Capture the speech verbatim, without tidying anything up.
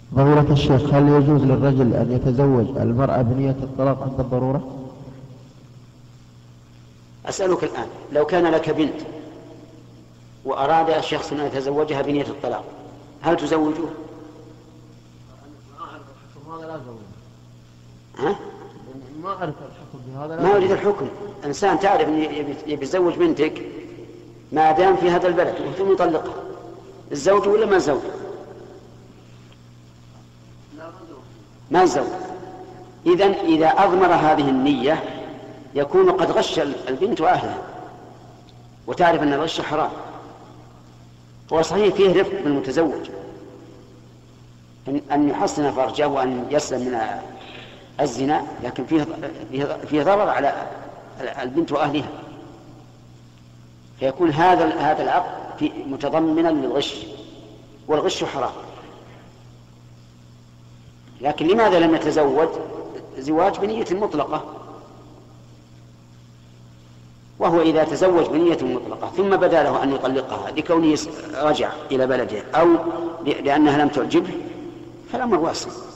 فضيلة الشيخ، هل يجوز للرجل أن يتزوج المرأة بنية الطلاق عند الضرورة؟ أسألك الآن، لو كان لك بنت وأراد الشخص أن يتزوجها بنية الطلاق، هل تزوجه؟ هذا لا زوج. ها؟ ما أعرف الحكم بهذا. ما أريد الحكم. إنسان تعرف أن يبي يتزوج بنتك ما دام في هذا البلد ثم يطلقها، الزوج ولا ما الزوج؟ ما الزوج. إذن إذا أضمر هذه النية يكون قد غش البنت وأهلها، وتعرف أن الغش حرام. هو صحيح فيه رفق بالمتزوج أن يحصن فرجه وأن يسلم من الزنا، لكن فيه فيه ضرر على البنت وأهلها، فيكون هذا هذا العقد متضمنا للغش، والغش حرام. لكن لماذا لم يتزوج زواج بنية مطلقة؟ وهو إذا تزوج بنية مطلقة ثم بدا له أن يطلقها لكونه رجع إلى بلده أو لأنها لم تعجبه فالأمر واسع.